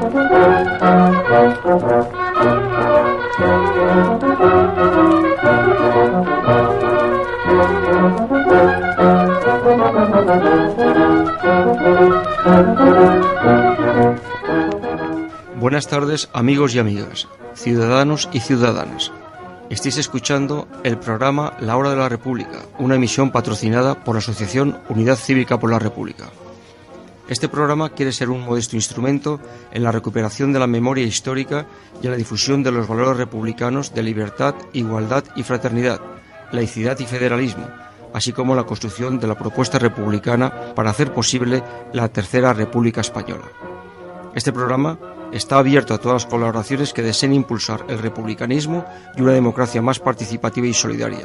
Buenas tardes, amigos y amigas, ciudadanos y ciudadanas. Estáis escuchando el programa La Hora de la República, una emisión patrocinada por la Asociación Unidad Cívica por la República. Este programa quiere ser un modesto instrumento en la recuperación de la memoria histórica y en la difusión de los valores republicanos de libertad, igualdad y fraternidad, laicidad y federalismo, así como la construcción de la propuesta republicana para hacer posible la Tercera República Española. Este programa está abierto a todas las colaboraciones que deseen impulsar el republicanismo y una democracia más participativa y solidaria.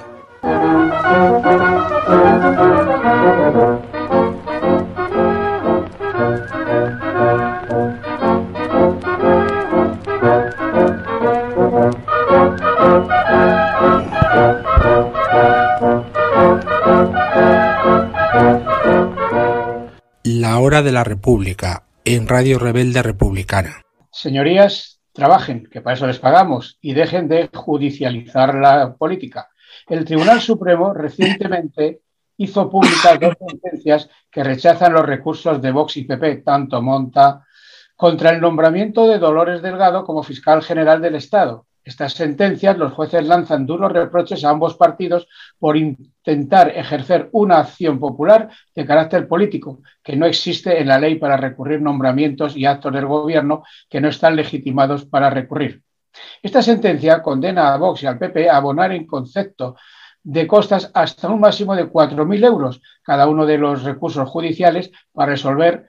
La Hora de la República, en Radio Rebelde Republicana. Señorías, trabajen, que para eso les pagamos, y dejen de judicializar la política. El Tribunal Supremo recientemente hizo públicas 2 sentencias que rechazan los recursos de Vox y PP, tanto monta, contra el nombramiento de Dolores Delgado como fiscal general del Estado. Estas sentencias, los jueces lanzan duros reproches a ambos partidos por intentar ejercer una acción popular de carácter político, que no existe en la ley para recurrir nombramientos y actos del gobierno que no están legitimados para recurrir. Esta sentencia condena a Vox y al PP a abonar en concepto de costas hasta un máximo de 4.000 euros cada uno de los recursos judiciales para resolver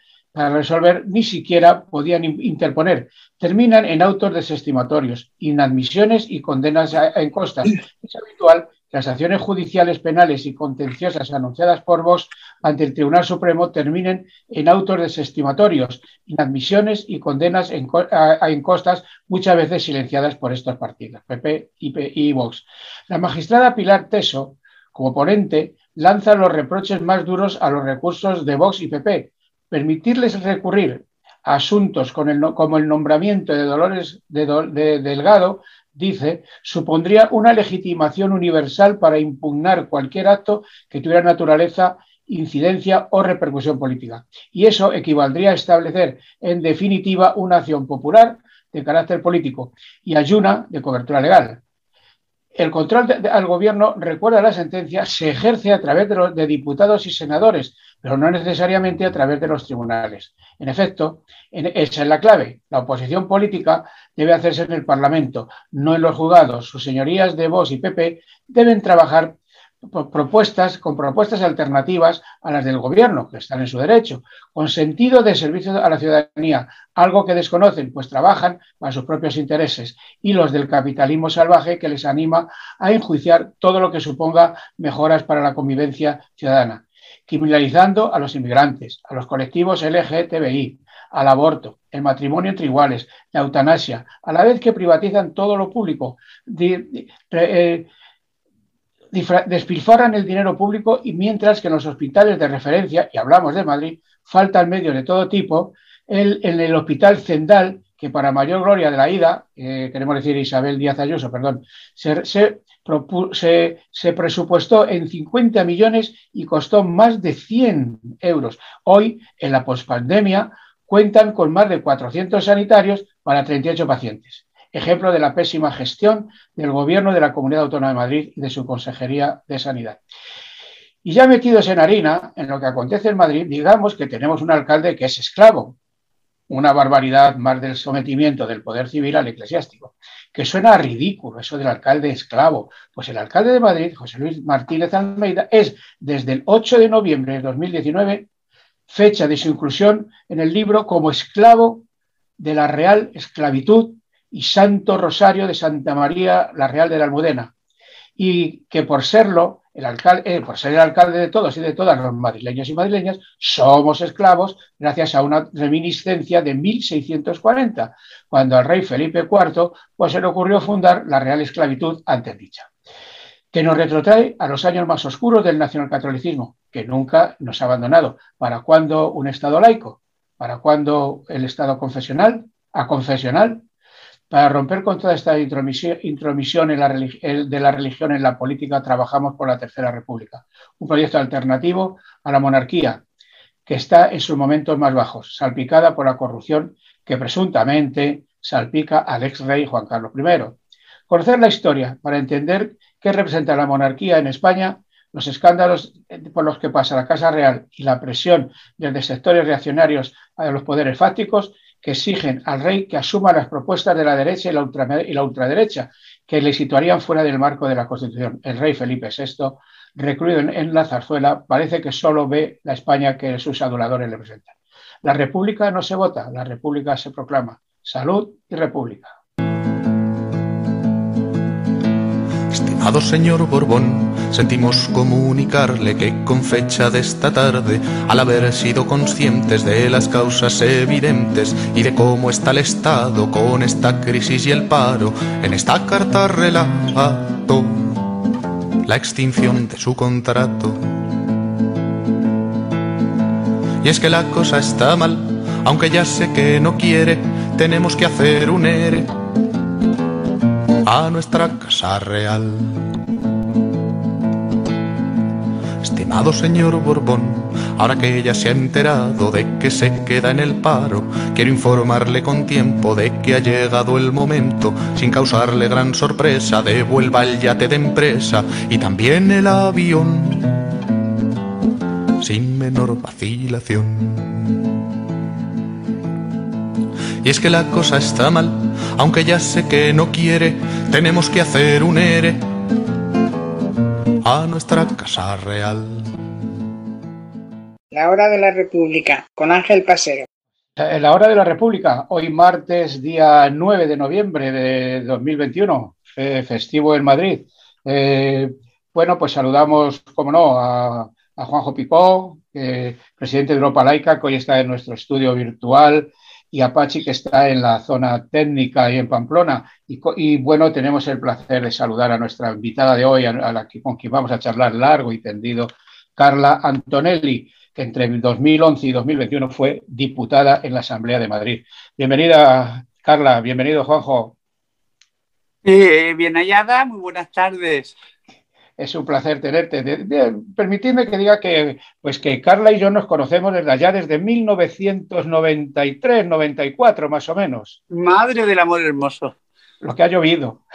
ni siquiera podían interponer. Terminan en autos desestimatorios, inadmisiones y condenas en costas. Es habitual que las acciones judiciales penales y contenciosas anunciadas por Vox ante el Tribunal Supremo terminen en autos desestimatorios, inadmisiones y condenas en costas, muchas veces silenciadas por estos partidos, PP y Vox. La magistrada Pilar Teso, como ponente, lanza los reproches más duros a los recursos de Vox y PP. Permitirles recurrir a asuntos como el nombramiento de Dolores de Delgado, dice, supondría una legitimación universal para impugnar cualquier acto que tuviera naturaleza, incidencia o repercusión política. Y eso equivaldría a establecer, en definitiva, una acción popular de carácter político y ayuna de cobertura legal. El control al gobierno, recuerda la sentencia, se ejerce a través de diputados y senadores, pero no necesariamente a través de los tribunales. En efecto, esa es la clave. La oposición política debe hacerse en el Parlamento, no en los juzgados. Sus señorías de Vox y PP deben trabajar con propuestas alternativas a las del gobierno, que están en su derecho, con sentido de servicio a la ciudadanía, algo que desconocen, pues trabajan para sus propios intereses, y los del capitalismo salvaje que les anima a enjuiciar todo lo que suponga mejoras para la convivencia ciudadana, criminalizando a los inmigrantes, a los colectivos LGTBI, al aborto, el matrimonio entre iguales, la eutanasia, a la vez que privatizan todo lo público, despilfarran el dinero público, y mientras que en los hospitales de referencia, y hablamos de Madrid, faltan medios de todo tipo. En el hospital Zendal, que para mayor gloria de la ida, queremos decir Isabel Díaz Ayuso, perdón, se presupuestó en 50 millones y costó más de 100 euros. Hoy, en la pospandemia, cuentan con más de 400 sanitarios para 38 pacientes. Ejemplo de la pésima gestión del gobierno de la Comunidad Autónoma de Madrid y de su Consejería de Sanidad. Y ya metidos en harina, en lo que acontece en Madrid, digamos que tenemos un alcalde que es esclavo. Una barbaridad más del sometimiento del poder civil al eclesiástico, que suena ridículo eso del alcalde esclavo. Pues el alcalde de Madrid, José Luis Martínez Almeida, es desde el 8 de noviembre de 2019, fecha de su inclusión en el libro como esclavo de la Real Esclavitud y Santo Rosario de Santa María la Real de la Almudena, y que por serlo, por ser el alcalde de todos y de todas los madrileños y madrileñas, somos esclavos gracias a una reminiscencia de 1640, cuando al rey Felipe IV pues se le ocurrió fundar la Real Esclavitud antes dicha, que nos retrotrae a los años más oscuros del nacionalcatolicismo, que nunca nos ha abandonado. ¿Para cuándo un Estado laico? ¿Para cuándo el Estado confesional? a confesional, para romper con toda esta intromisión de la religión en la política. Trabajamos por la Tercera República, un proyecto alternativo a la monarquía que está en sus momentos más bajos, salpicada por la corrupción que presuntamente salpica al ex rey Juan Carlos I. Conocer la historia para entender qué representa la monarquía en España, los escándalos por los que pasa la Casa Real y la presión desde sectores reaccionarios a los poderes fácticos que exigen al rey que asuma las propuestas de la derecha y la ultraderecha, que le situarían fuera del marco de la Constitución. El rey Felipe VI, recluido en la zarzuela, parece que solo ve la España que sus aduladores le presentan. La República no se vota, la República se proclama. Salud y República. Estimado señor Borbón, sentimos comunicarle que con fecha de esta tarde, al haber sido conscientes de las causas evidentes y de cómo está el Estado con esta crisis y el paro, en esta carta relato la extinción de su contrato. Y es que la cosa está mal, aunque ya sé que no quiere, tenemos que hacer un ERE a nuestra Casa Real. Estimado señor Borbón, ahora que ella se ha enterado de que se queda en el paro, quiero informarle con tiempo de que ha llegado el momento, sin causarle gran sorpresa, devuelva el yate de empresa y también el avión, sin menor vacilación. Y es que la cosa está mal, aunque ya sé que no quiere, tenemos que hacer un ERE a nuestra Casa Real. La Hora de la República, con Ángel Pasero. La Hora de la República, hoy martes, día 9 de noviembre de 2021, festivo en Madrid. Bueno, pues saludamos, como no, a Juanjo Picó, presidente de Europa Laica, que hoy está en nuestro estudio virtual, y a Pachi, que está en la zona técnica y en Pamplona. Y bueno, tenemos el placer de saludar a nuestra invitada de hoy, con quien vamos a charlar largo y tendido, Carla Antonelli, que entre 2011 y 2021 fue diputada en la Asamblea de Madrid. Bienvenida, Carla. Bienvenido, Juanjo. Bien hallada, muy buenas tardes. Es un placer tenerte. Permitidme que diga que Carla y yo nos conocemos desde 1993, 94 más o menos. Madre del amor hermoso. Lo que ha llovido.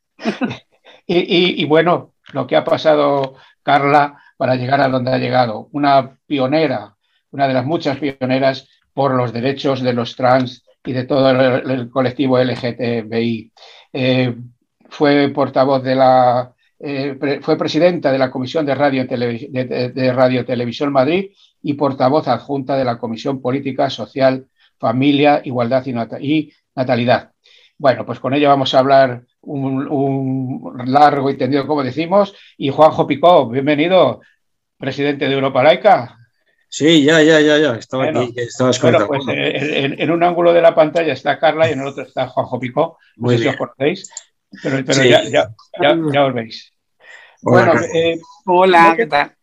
y bueno, lo que ha pasado Carla para llegar a donde ha llegado. Una pionera, una de las muchas pioneras por los derechos de los trans y de todo el colectivo LGTBI. Fue portavoz fue presidenta de la Comisión de Radio y Televisión Madrid y portavoz adjunta de la Comisión Política, Social, Familia, Igualdad y Natalidad. Bueno, pues con ella vamos a hablar un largo y tendido, como decimos. Y Juanjo Picó, bienvenido, presidente de Europa Laica. Sí, ya. Estaba aquí, estabas bueno, pues en un ángulo de la pantalla está Carla y en el otro está Juanjo Picó. No sé si os conocéis, pero sí. ya os veis. Hola, bueno, hola, ¿qué tal?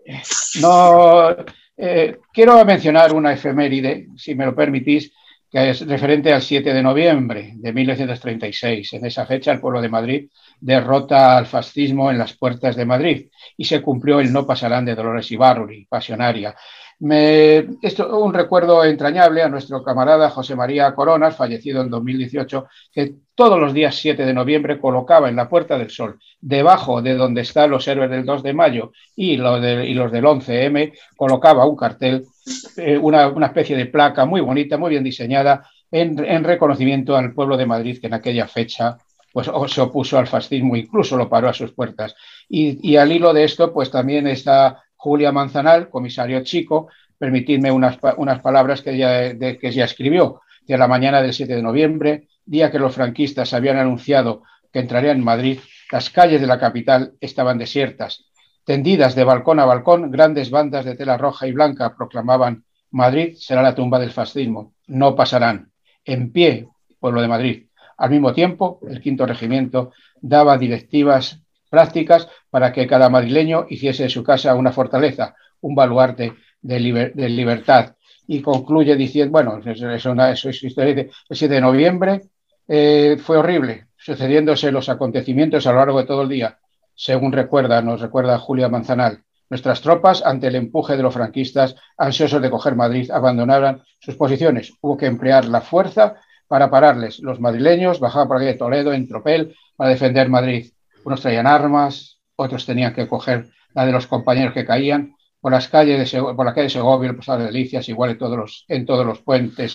Quiero mencionar una efeméride, si me lo permitís, que es referente al 7 de noviembre de 1936. En esa fecha, el pueblo de Madrid derrota al fascismo en las puertas de Madrid y se cumplió el no pasarán de Dolores Ibárruri, pasionaria. Esto un recuerdo entrañable a nuestro camarada José María Coronas, fallecido en 2018, que todos los días 7 de noviembre colocaba en la Puerta del Sol, debajo de donde están los héroes del 2 de mayo y los del 11M, colocaba un cartel, una especie de placa muy bonita, muy bien diseñada, en reconocimiento al pueblo de Madrid, que en aquella fecha pues se opuso al fascismo, incluso lo paró a sus puertas. Y al hilo de esto, pues también está Julia Manzanal, comisario chico. Permitidme unas palabras que ella escribió, que a la mañana del 7 de noviembre, día que los franquistas habían anunciado que entrarían en Madrid, las calles de la capital estaban desiertas. Tendidas de balcón a balcón, grandes bandas de tela roja y blanca proclamaban: Madrid será la tumba del fascismo, no pasarán. En pie, pueblo de Madrid. Al mismo tiempo, el 5º Regimiento daba directivas prácticas para que cada madrileño hiciese de su casa una fortaleza, un baluarte de libertad. y concluye diciendo, bueno, es historia, el 7 de noviembre fue horrible, sucediéndose los acontecimientos a lo largo de todo el día, según nos recuerda Julia Manzanal. Nuestras tropas, ante el empuje de los franquistas, ansiosos de coger Madrid, abandonaron sus posiciones. Hubo que emplear la fuerza para pararles. Los madrileños bajaban por aquí de Toledo, en tropel, para defender Madrid. Unos traían armas, otros tenían que coger la de los compañeros que caían. Por la calle de Segovia, el Posado de Delicias, igual en todos los puentes.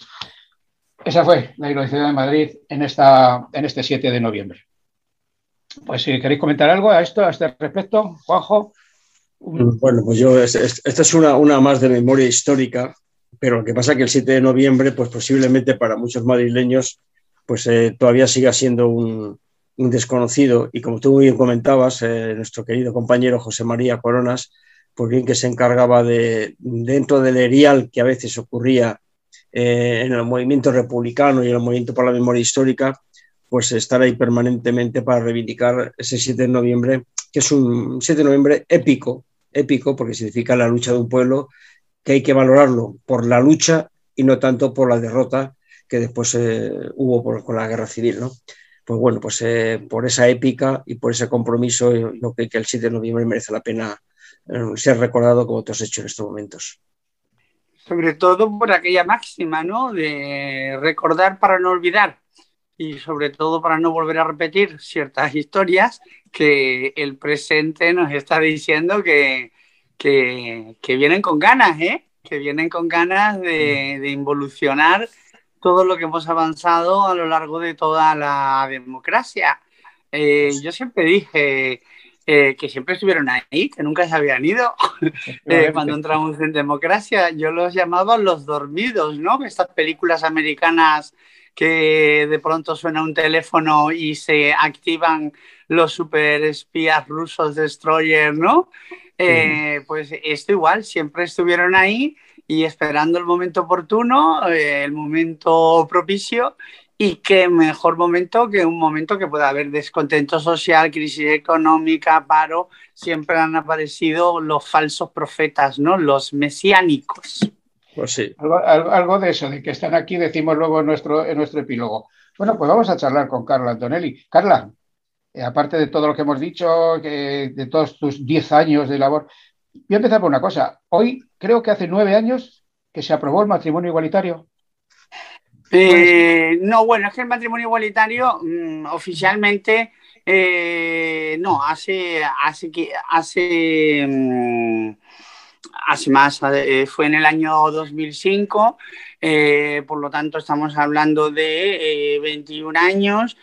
Esa fue la heroicidad de Madrid en este 7 de noviembre. Pues si queréis comentar algo a este respecto, Juanjo. Bueno, pues esta es una más de memoria histórica, pero lo que pasa es que el 7 de noviembre, pues posiblemente para muchos madrileños, pues todavía siga siendo un desconocido. Y como tú muy bien comentabas, nuestro querido compañero José María Coronas, pues bien que se encargaba dentro del erial que a veces ocurría en el movimiento republicano y en el movimiento por la memoria histórica, pues estar ahí permanentemente para reivindicar ese 7 de noviembre, que es un 7 de noviembre épico porque significa la lucha de un pueblo, que hay que valorarlo por la lucha y no tanto por la derrota que después hubo con la guerra civil, ¿no? Pues bueno, pues por esa épica y por ese compromiso, yo creo que el 7 de noviembre merece la pena ser recordado como tú has hecho en estos momentos. Sobre todo por aquella máxima, ¿no? De recordar para no olvidar, y sobre todo para no volver a repetir ciertas historias que el presente nos está diciendo que vienen con ganas, que vienen con ganas de involucionar todo lo que hemos avanzado a lo largo de toda la democracia. Yo siempre dije que siempre estuvieron ahí, que nunca se habían ido cuando entramos en democracia. Yo los llamaba los dormidos, ¿no? Estas películas americanas que de pronto suena un teléfono y se activan los superespías rusos destroyer, ¿no? Pues esto igual, siempre estuvieron ahí y esperando el momento oportuno, el momento propicio. Y qué mejor momento que un momento que pueda haber descontento social, crisis económica, paro. Siempre han aparecido los falsos profetas, ¿no? Los mesiánicos. Pues sí. Algo de eso, de que están aquí, decimos luego en nuestro epílogo. Bueno, pues vamos a charlar con Carla Antonelli. Carla, aparte de todo lo que hemos dicho, de todos tus 10 años de labor, voy a empezar por una cosa. Hoy creo que hace 9 años que se aprobó el matrimonio igualitario. No, bueno, es que el matrimonio igualitario oficialmente no, hace más, fue en el año 2005, por lo tanto estamos hablando de 21 años.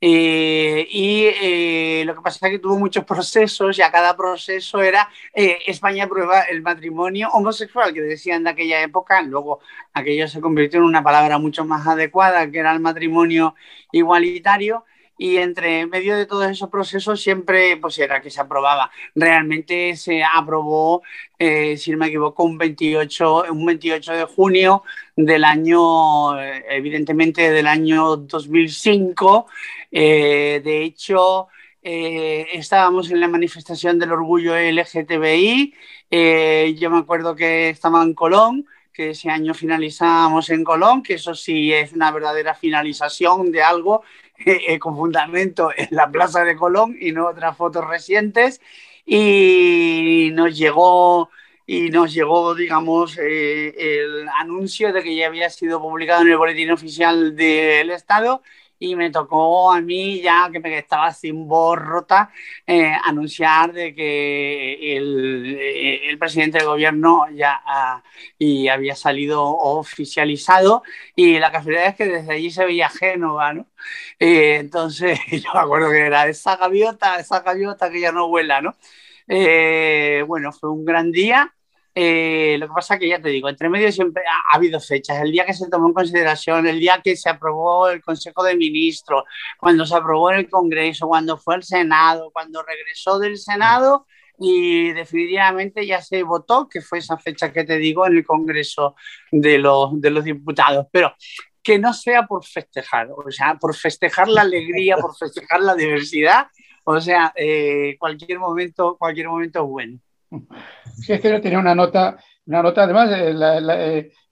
Lo que pasa es que tuvo muchos procesos y a cada proceso era España aprueba el matrimonio homosexual, que decían de aquella época. Luego aquello se convirtió en una palabra mucho más adecuada, que era el matrimonio igualitario. Y entre medio de todos esos procesos siempre pues era que se aprobaba. Realmente se aprobó, si no me equivoco, un 28 de junio del año, evidentemente del año 2005. De hecho, estábamos en la manifestación del orgullo LGTBI. Yo me acuerdo que estaba en Colón, que ese año finalizamos en Colón, que eso sí es una verdadera finalización de algo con fundamento en la Plaza de Colón y no otras fotos recientes. Y nos llegó, digamos, el anuncio de que ya había sido publicado en el Boletín Oficial del Estado. Y me tocó a mí, ya que me estaba sin voz rota, anunciar de que el presidente del gobierno ya y había salido oficializado. Y la casualidad es que desde allí se veía Génova, ¿no? Entonces yo me acuerdo que era esa gaviota que ya no vuela, ¿no? Bueno, fue un gran día. Lo que pasa es que ya te digo, entre medio siempre ha habido fechas, el día que se tomó en consideración, el día que se aprobó el Consejo de Ministros, cuando se aprobó en el Congreso, cuando fue el Senado, cuando regresó del Senado y definitivamente ya se votó, que fue esa fecha que te digo en el Congreso de los Diputados. Pero que no sea por festejar, o sea, por festejar la alegría, por festejar la diversidad, o sea, cualquier momento es bueno. Sí, es que yo tenía una nota además,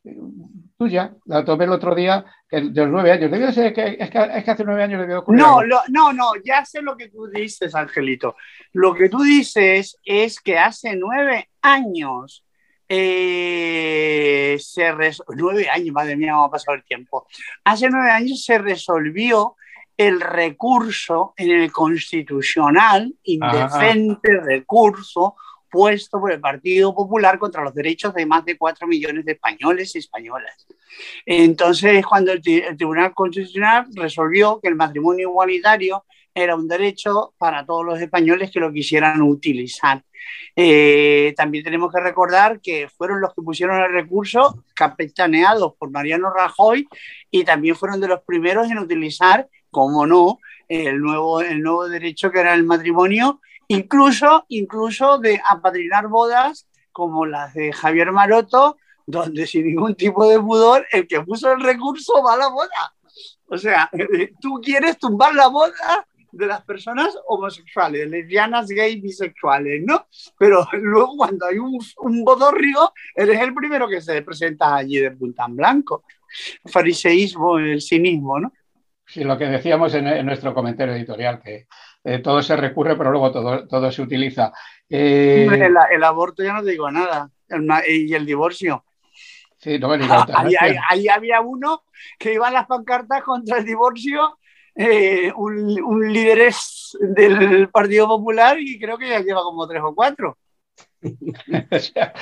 tuya, la tomé el otro día, de los 9 años. Debió ser es que hace 9 años debió ocurrir. No, ya sé lo que tú dices, Angelito. Lo que tú dices es que hace 9 años, 9 años, madre mía, cómo ha pasado el tiempo. Hace 9 años se resolvió el recurso en el Constitucional, indecente recurso puesto por el Partido Popular contra los derechos de más de 4 millones de españoles y españolas. Entonces, cuando el Tribunal Constitucional resolvió que el matrimonio igualitario era un derecho para todos los españoles que lo quisieran utilizar. También tenemos que recordar que fueron los que pusieron el recurso, capitaneados por Mariano Rajoy, y también fueron de los primeros en utilizar, como no, el nuevo derecho que era el matrimonio, incluso de apadrinar bodas como las de Javier Maroto, donde sin ningún tipo de pudor el que puso el recurso va a la boda. O sea, tú quieres tumbar la boda de las personas homosexuales, lesbianas, gays, bisexuales, ¿no? Pero luego cuando hay un bodorrio, eres el primero que se presenta allí de punta en blanco. El fariseísmo, el cinismo, ¿no? Sí, lo que decíamos en nuestro comentario editorial, que todo se recurre, pero luego todo se utiliza. El aborto ya no te digo nada, y el divorcio. Sí, no, ahí había uno que iba a las pancartas contra el divorcio, un líder del Partido Popular, y creo que ya lleva como 3 o 4. O sea,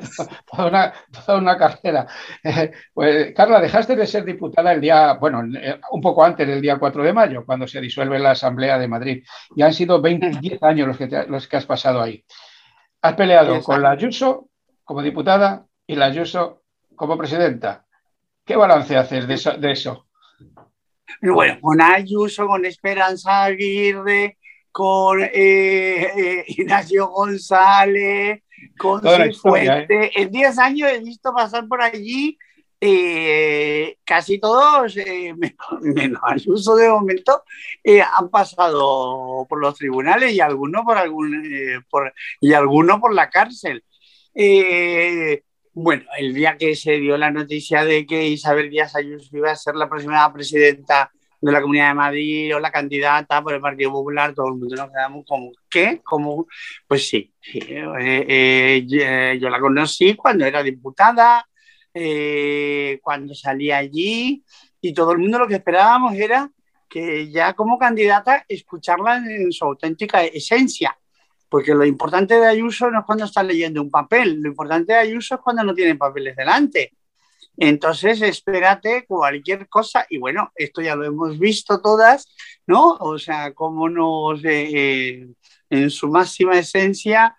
toda una carrera. Pues, Carla, dejaste de ser diputada un poco antes del día 4 de mayo, cuando se disuelve la Asamblea de Madrid. Y han sido 10 años los que has pasado ahí. Has peleado con la Ayuso como diputada y la Ayuso como presidenta. ¿Qué balance haces de eso? Bueno, con Ayuso, con Esperanza Aguirre, con Ignacio González, con Cifuentes. En 10 años he visto pasar por allí casi todos, menos Ayuso de momento, han pasado por los tribunales y algunos por la cárcel. Bueno, el día que se dio la noticia de que Isabel Díaz Ayuso iba a ser la próxima presidenta de la Comunidad de Madrid o la candidata por el Partido Popular, todo el mundo nos quedamos como, ¿qué? ¿Cómo? Pues sí. Yo la conocí cuando era diputada, cuando salí allí, y todo el mundo lo que esperábamos era que ya como candidata escucharla en su auténtica esencia. Porque lo importante de Ayuso no es cuando está leyendo un papel, lo importante de Ayuso es cuando no tiene papeles delante. Entonces, espérate cualquier cosa, y bueno, esto ya lo hemos visto todas, ¿no? O sea, cómo en su máxima esencia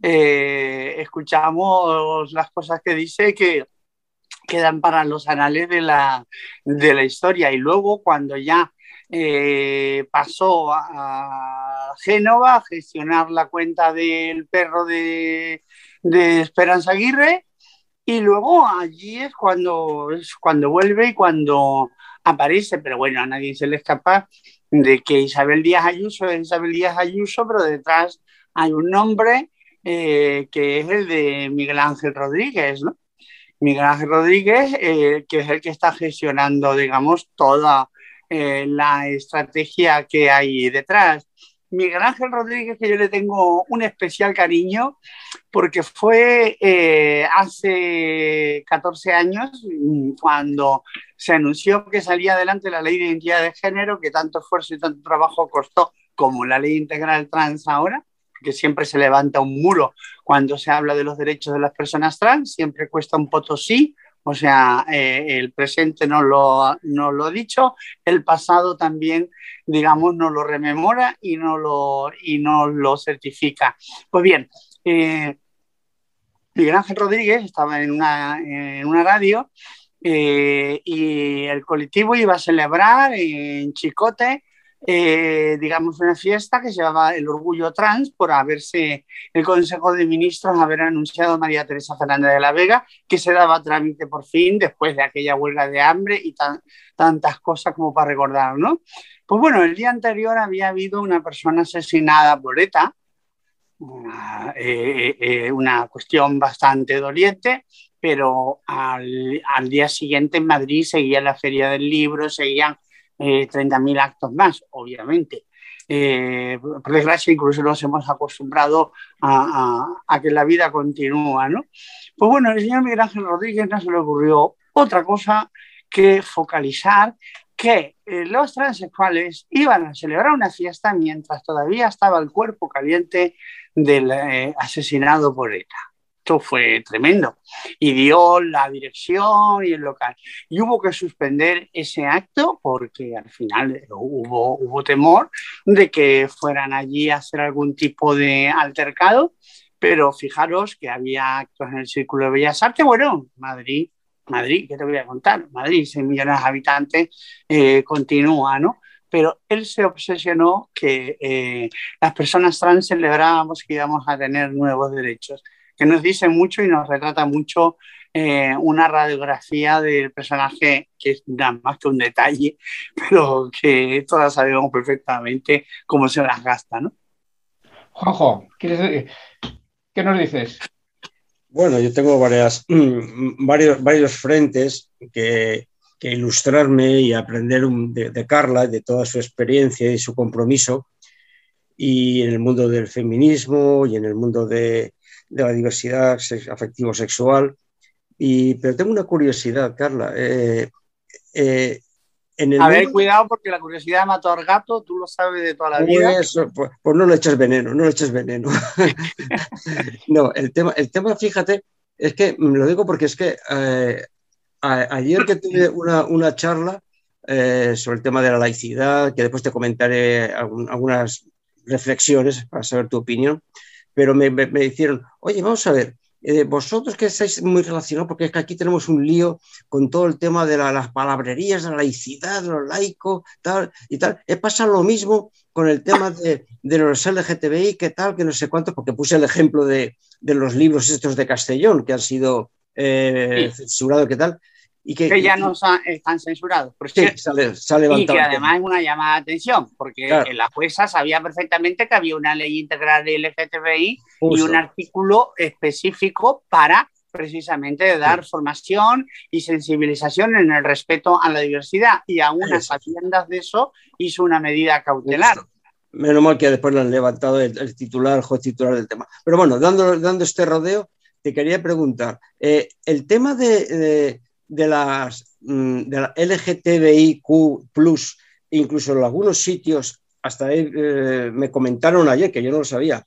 escuchamos las cosas que dice que quedan para los anales de la historia. Y luego, cuando ya pasó a Génova a gestionar la cuenta del perro de Esperanza Aguirre, y luego allí es cuando vuelve y cuando aparece, pero bueno, a nadie se le escapa de que Isabel Díaz Ayuso es Isabel Díaz Ayuso, pero detrás hay un nombre que es el de Miguel Ángel Rodríguez, ¿no? Miguel Ángel Rodríguez, que es el que está gestionando, digamos, toda la estrategia que hay detrás. Miguel Ángel Rodríguez, que yo le tengo un especial cariño, porque fue hace 14 años cuando se anunció que salía adelante la ley de identidad de género, que tanto esfuerzo y tanto trabajo costó, como la ley integral trans ahora, porque siempre se levanta un muro cuando se habla de los derechos de las personas trans, siempre cuesta un potosí. O sea, el presente no lo ha dicho, el pasado también, digamos, no lo rememora y no lo certifica. Pues bien, Miguel Ángel Rodríguez estaba en una radio y el colectivo iba a celebrar en Chicote, digamos, una fiesta que se llamaba el Orgullo Trans, por haberse el Consejo de Ministros haber anunciado a María Teresa Fernández de la Vega que se daba trámite por fin después de aquella huelga de hambre y tantas cosas como para recordar, ¿no? Pues bueno, el día anterior había habido una persona asesinada por ETA, una cuestión bastante doliente, pero al día siguiente en Madrid seguía la Feria del Libro, seguían 30.000 actos más, obviamente. Por desgracia, incluso nos hemos acostumbrado a que la vida continúa, ¿no? Pues bueno, al señor Miguel Ángel Rodríguez no se le ocurrió otra cosa que focalizar que los transexuales iban a celebrar una fiesta mientras todavía estaba el cuerpo caliente del asesinado por ETA. Esto fue tremendo y dio la dirección y el local. Y hubo que suspender ese acto porque al final hubo temor de que fueran allí a hacer algún tipo de altercado, pero fijaros que había actos en el Círculo de Bellas Artes. Bueno, Madrid, ¿qué te voy a contar? Madrid, 6 millones de habitantes, continúa, ¿no? Pero él se obsesionó que las personas trans celebrábamos que íbamos a tener nuevos derechos, que nos dice mucho y nos retrata mucho una radiografía del personaje que es nada más que un detalle, pero que todas sabemos perfectamente cómo se las gasta, ¿no? Juanjo, ¿qué nos dices? Bueno, yo tengo varios frentes que ilustrarme y aprender de Carla, de toda su experiencia y su compromiso, y en el mundo del feminismo y en el mundo de la diversidad afectivo-sexual. Pero tengo una curiosidad, Carla. Cuidado, porque la curiosidad mató al gato, tú lo sabes de toda la vida. Pues no le eches veneno, no le eches veneno. No, el tema, fíjate, es que lo digo porque es que ayer que tuve una charla sobre el tema de la laicidad, que después te comentaré algunas reflexiones para saber tu opinión, pero me dijeron, oye, vamos a ver, vosotros que estáis muy relacionados, porque es que aquí tenemos un lío con todo el tema de las palabrerías, de la laicidad, de lo laico, tal y tal. Pasa lo mismo con el tema de los LGTBI, que tal, que no sé cuánto, porque puse el ejemplo de los libros estos de Castellón, que han sido censurados, que tal. Y que ya no están censurados. Sí, sale y que además es una llamada de atención, porque claro, la jueza sabía perfectamente que había una ley integral de LGTBI justo, y un artículo específico para precisamente dar formación y sensibilización en el respeto a la diversidad, y aún a sabiendas de eso hizo una medida cautelar. Justo. Menos mal que después le han levantado el titular, el juez titular del tema. Pero bueno, dando este rodeo, te quería preguntar, el tema de la LGTBIQ+, incluso en algunos sitios, hasta me comentaron ayer, que yo no lo sabía,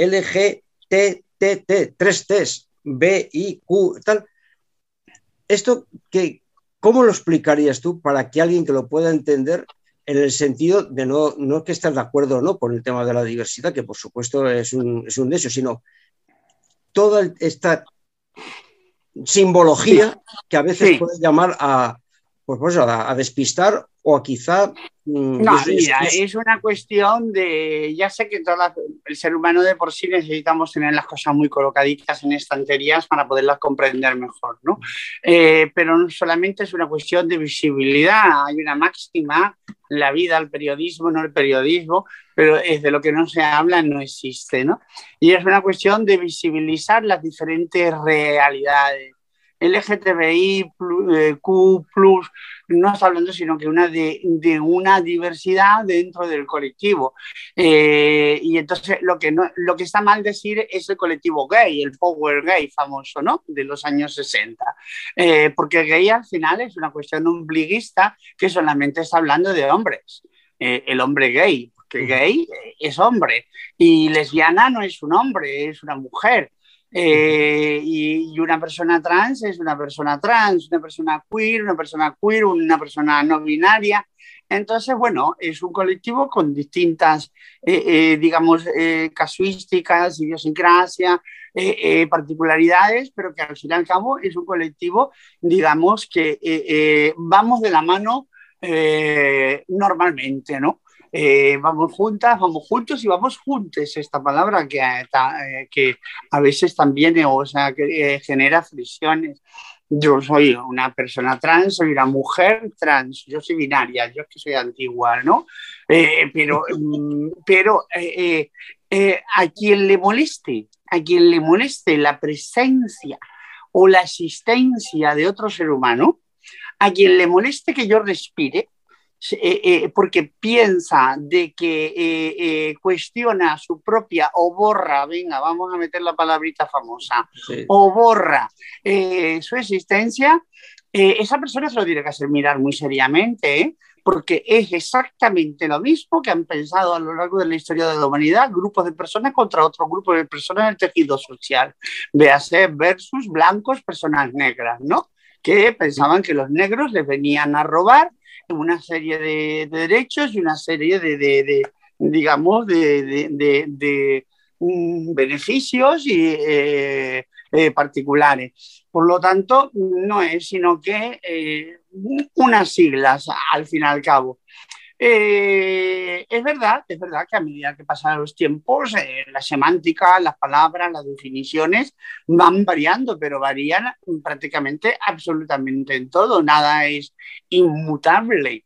LGTT, 3 T's, BIQ, tal. Esto, ¿cómo lo explicarías tú para que alguien que lo pueda entender, en el sentido de no que estés de acuerdo o no con el tema de la diversidad, que por supuesto es un deseo, sino toda esta simbología que a veces puede llamar a despistar o a quizá... es una cuestión de... Ya sé que el ser humano de por sí necesitamos tener las cosas muy colocaditas en estanterías para poderlas comprender mejor, ¿no? Pero no solamente es una cuestión de visibilidad. Hay una máxima, la vida, el periodismo, no el periodismo, pero es de lo que no se habla, no existe, ¿no? Y es una cuestión de visibilizar las diferentes realidades. LGTBI, Q+, no está hablando sino que de una diversidad dentro del colectivo. Y entonces lo que está mal decir es el colectivo gay, el power gay famoso, ¿no? De los años 60. Porque gay al final es una cuestión ombliguista que solamente está hablando de hombres. El hombre gay, porque gay es hombre, y lesbiana no es un hombre, es una mujer. Y una persona trans es una persona trans, una persona queer, una persona no binaria. Entonces, bueno, es un colectivo con distintas, digamos, casuísticas, idiosincrasia, particularidades, pero que al fin y al cabo es un colectivo, digamos, que vamos de la mano normalmente, ¿no? Vamos juntas, vamos juntos y vamos juntes, esta palabra que a veces también, que genera fricciones. Yo soy una persona trans, soy una mujer trans, yo soy binaria, yo es que soy antigua, ¿no? Pero a quien le moleste la presencia o la existencia de otro ser humano, a quien le moleste que yo respire, porque piensa de que cuestiona su propia o borra, venga, vamos a meter la palabrita famosa, sí, o borra su existencia, esa persona se lo tiene que hacer mirar muy seriamente, porque es exactamente lo mismo que han pensado a lo largo de la historia de la humanidad, grupos de personas contra otros grupos de personas en el tejido social, véase versus blancos, personas negras, ¿no? Que pensaban que los negros les venían a robar una serie de derechos y una serie digamos, de beneficios y particulares. Por lo tanto, no es sino que unas siglas, al fin y al cabo. Es verdad que a medida que pasan los tiempos, la semántica, las palabras, las definiciones van variando, pero varían prácticamente absolutamente en todo. Nada es inmutable.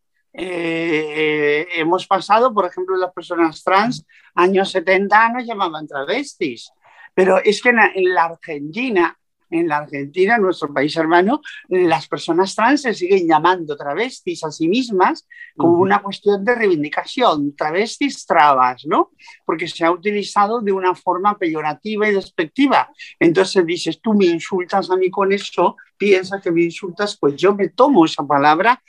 Hemos pasado, por ejemplo, las personas trans, años 70 nos llamaban travestis, pero es que en la Argentina, nuestro país hermano, las personas trans se siguen llamando travestis a sí mismas como una cuestión de reivindicación, travestis trabas, ¿no? Porque se ha utilizado de una forma peyorativa y despectiva. Entonces dices, tú me insultas a mí con eso, piensas que me insultas, pues yo me tomo esa palabra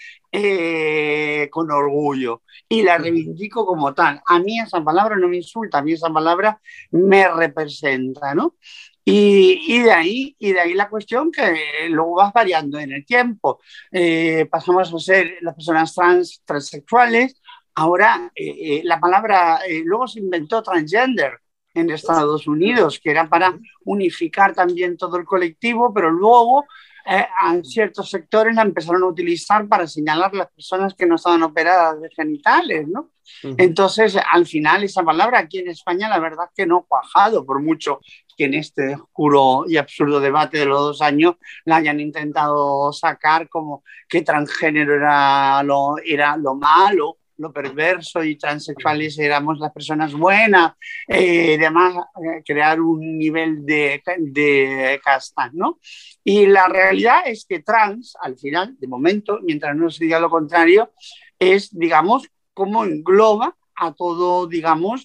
con orgullo y la reivindico como tal. A mí esa palabra no me insulta, a mí esa palabra me representa, ¿no? Y de ahí la cuestión que luego vas variando en el tiempo. Pasamos a ser las personas transexuales. Ahora la palabra, luego se inventó transgender en Estados Unidos, que era para unificar también todo el colectivo, pero luego en ciertos sectores la empezaron a utilizar para señalar las personas que no estaban operadas de genitales, ¿no? Entonces, al final, esa palabra aquí en España, la verdad es que no ha cuajado, por mucho que en este oscuro y absurdo debate de los 2 años la hayan intentado sacar como que transgénero era lo malo, lo perverso y transexuales éramos las personas buenas, además crear un nivel de castas, ¿no? Y la realidad es que trans, al final, de momento, mientras no se diga lo contrario, es, digamos, cómo engloba a todo, digamos,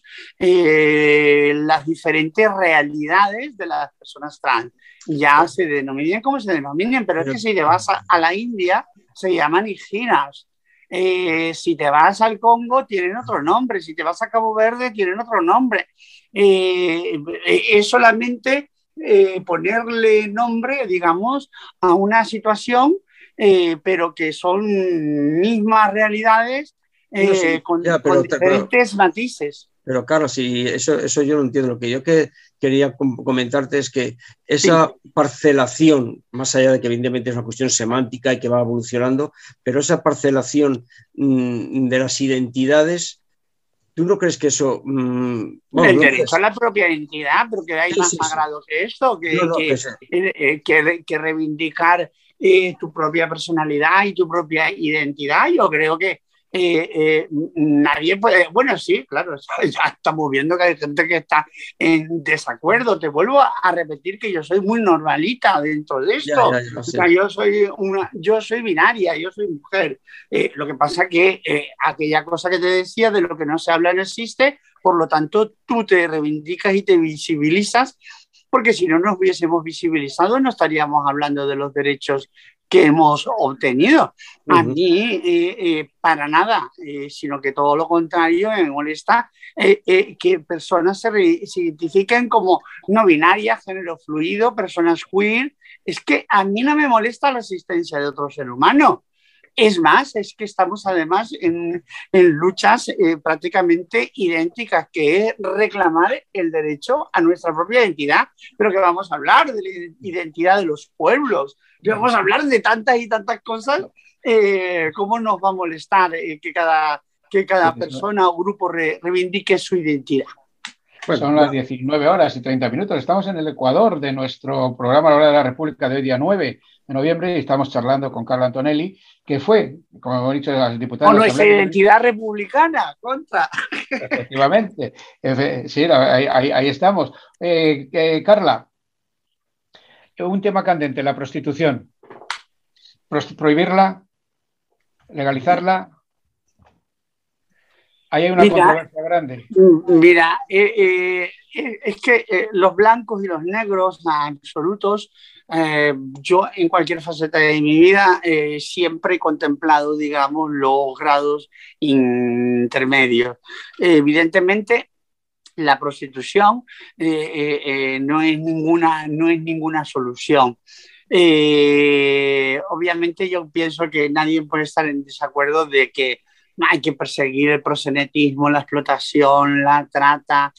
las diferentes realidades de las personas trans. Ya se denominen como se denominen, pero es que si te vas a la India, se llaman higinas. Si te vas al Congo, tienen otro nombre. Si te vas a Cabo Verde, tienen otro nombre. Es solamente ponerle nombre, digamos, a una situación, pero que son mismas realidades. Sí, con diferentes matices. Pero Carlos, sí, eso yo no entiendo. Lo que yo quería comentarte es que esa parcelación, más allá de que evidentemente es una cuestión semántica y que va evolucionando, pero esa parcelación de las identidades, ¿tú no crees que eso... el derecho a la propia identidad, pero que hay más sagrado que esto, que reivindicar tu propia personalidad y tu propia identidad. Yo creo que nadie puede, bueno, sí, claro, ya estamos viendo que hay gente que está en desacuerdo. Te vuelvo a repetir que yo soy muy normalita dentro de esto. O sea, yo soy binaria, yo soy mujer. Lo que pasa que aquella cosa que te decía de lo que no se habla no existe, por lo tanto tú te reivindicas y te visibilizas, porque si no nos hubiésemos visibilizado no estaríamos hablando de los derechos que hemos obtenido. A mí, para nada, sino que todo lo contrario, me molesta que personas se identifiquen como no binarias, género fluido, personas queer. Es que a mí no me molesta la existencia de otro ser humano. Es más, es que estamos además en luchas prácticamente idénticas, que es reclamar el derecho a nuestra propia identidad, pero que vamos a hablar de la identidad de los pueblos, que vamos a hablar de tantas y tantas cosas. ¿Cómo nos va a molestar que cada persona o grupo reivindique su identidad? Pues son las 19:30. Estamos en el Ecuador de nuestro programa La Hora de la República de hoy, día 9 de noviembre, y estamos charlando con Carla Antonelli, que fue, como hemos dicho, las diputadas... Con nuestra identidad republicana, contra. Efectivamente. Sí, ahí estamos. Carla, un tema candente, la prostitución. Prohibirla, legalizarla. Ahí hay una controversia grande. Mira, es que los blancos y los negros absolutos, yo en cualquier faceta de mi vida siempre he contemplado, digamos, los grados intermedios. Evidentemente, la prostitución no es ninguna solución. Obviamente yo pienso que nadie puede estar en desacuerdo de que hay que perseguir el proxenetismo, la explotación, la trata,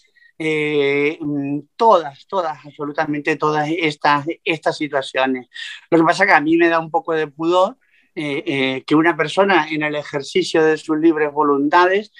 absolutamente todas estas situaciones. Lo que pasa es que a mí me da un poco de pudor que una persona en el ejercicio de sus libres voluntades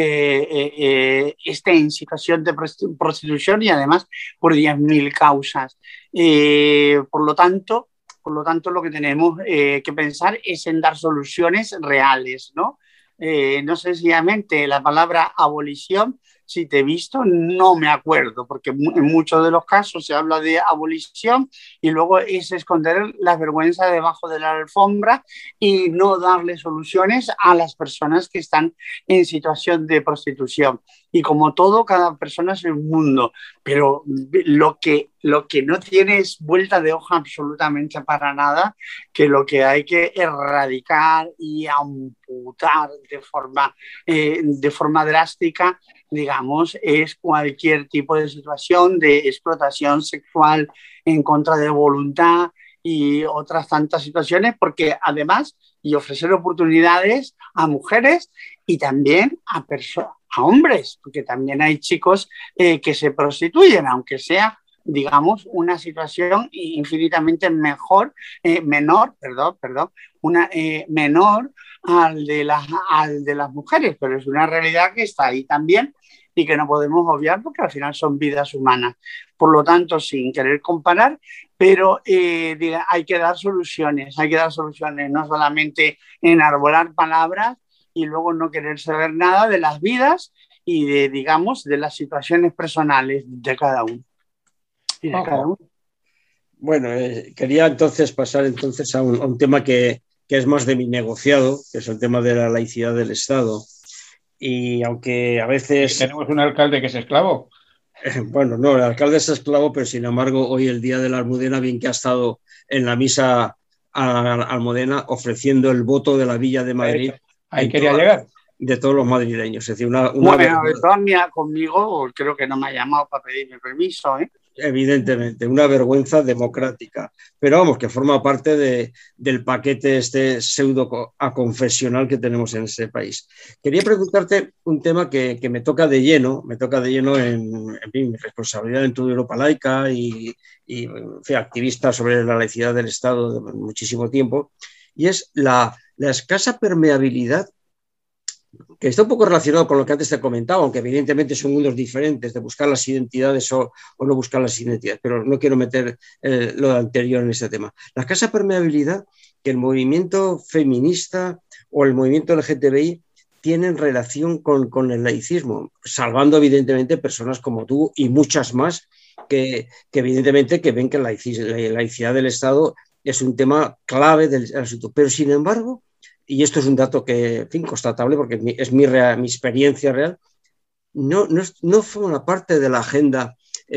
esté en situación de prostitución y además por 10.000 causas. Por lo tanto, lo que tenemos que pensar es en dar soluciones reales, ¿no? No sé si realmente la palabra abolición, si te he visto, no me acuerdo, porque en muchos de los casos se habla de abolición y luego es esconder las vergüenzas debajo de la alfombra y no darle soluciones a las personas que están en situación de prostitución. Y como todo, cada persona es un mundo, pero lo que no tiene es vuelta de hoja absolutamente para nada, que lo que hay que erradicar y amputar de forma drástica, digamos, es cualquier tipo de situación de explotación sexual en contra de voluntad y otras tantas situaciones, porque además, y ofrecer oportunidades a mujeres y también a hombres, porque también hay chicos que se prostituyen, aunque sea, digamos, una situación infinitamente menor al de las mujeres, pero es una realidad que está ahí también y que no podemos obviar porque al final son vidas humanas. Por lo tanto, sin querer comparar, pero hay que dar soluciones, no solamente enarbolar palabras y luego no querer saber nada de las vidas y de las situaciones personales de cada uno. Bueno, quería entonces pasar a un tema que es más de mi negociado, que es el tema de la laicidad del Estado. Y aunque a veces... ¿Tenemos un alcalde que es esclavo? Bueno, no, el alcalde es esclavo, pero sin embargo hoy el día de la Almudena, bien que ha estado en la misa a la Almudena ofreciendo el voto de la Villa de Madrid. Ahí quería llegar. De todos los madrileños. Es decir, conmigo creo que no me ha llamado para pedirme permiso, ¿eh? Evidentemente, una vergüenza democrática, pero vamos, que forma parte del paquete este pseudo-aconfesional que tenemos en este país. Quería preguntarte un tema que me toca de lleno en mi responsabilidad en toda Europa laica y fui activista sobre la laicidad del Estado de muchísimo tiempo, y es la escasa permeabilidad, que está un poco relacionado con lo que antes te comentaba, aunque evidentemente son mundos diferentes de buscar las identidades o no buscar las identidades, pero no quiero meter lo anterior en este tema. La escasa permeabilidad que el movimiento feminista o el movimiento LGTBI tienen relación con el laicismo, salvando evidentemente personas como tú y muchas más que evidentemente que ven que la laicidad del Estado es un tema clave del asunto, pero sin embargo, y esto es un dato que, en fin, constatable porque es mi experiencia real, no forma parte de la agenda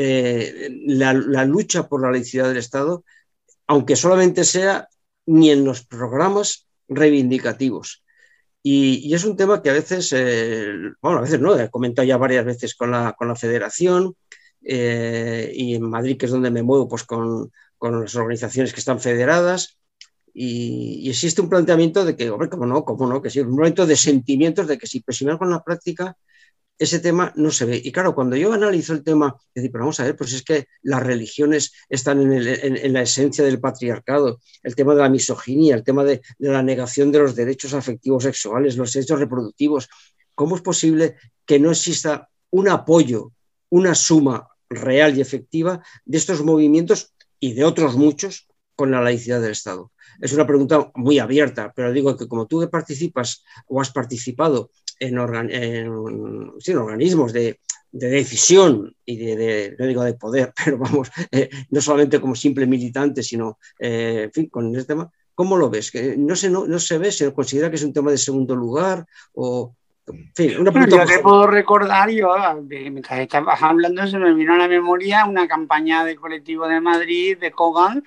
la lucha por la laicidad del Estado, aunque solamente sea ni en los programas reivindicativos. Y es un tema que a veces no, he comentado ya varias veces con la Federación y en Madrid, que es donde me muevo, pues con las organizaciones que están federadas. Y existe un planteamiento de que, hombre, cómo no, que sí, un momento de sentimientos de que si presionar con la práctica, ese tema no se ve. Y claro, cuando yo analizo el tema, decir, pero vamos a ver, pues es que las religiones están en la esencia del patriarcado, el tema de la misoginia, el tema de la negación de los derechos afectivos sexuales, los derechos reproductivos. ¿Cómo es posible que no exista un apoyo, una suma real y efectiva de estos movimientos y de otros muchos con la laicidad del Estado? Es una pregunta muy abierta, pero digo que como tú participas o has participado en organismos de de decisión y no digo de poder, pero vamos, no solamente como simple militante, sino, en fin, con este tema, ¿cómo lo ves? Que no se ve, se considera que es un tema de segundo lugar o... En fin, una pregunta. Yo te puedo recordar, mientras estabas hablando, se me vino a la memoria una campaña del colectivo de Madrid, de Kogan,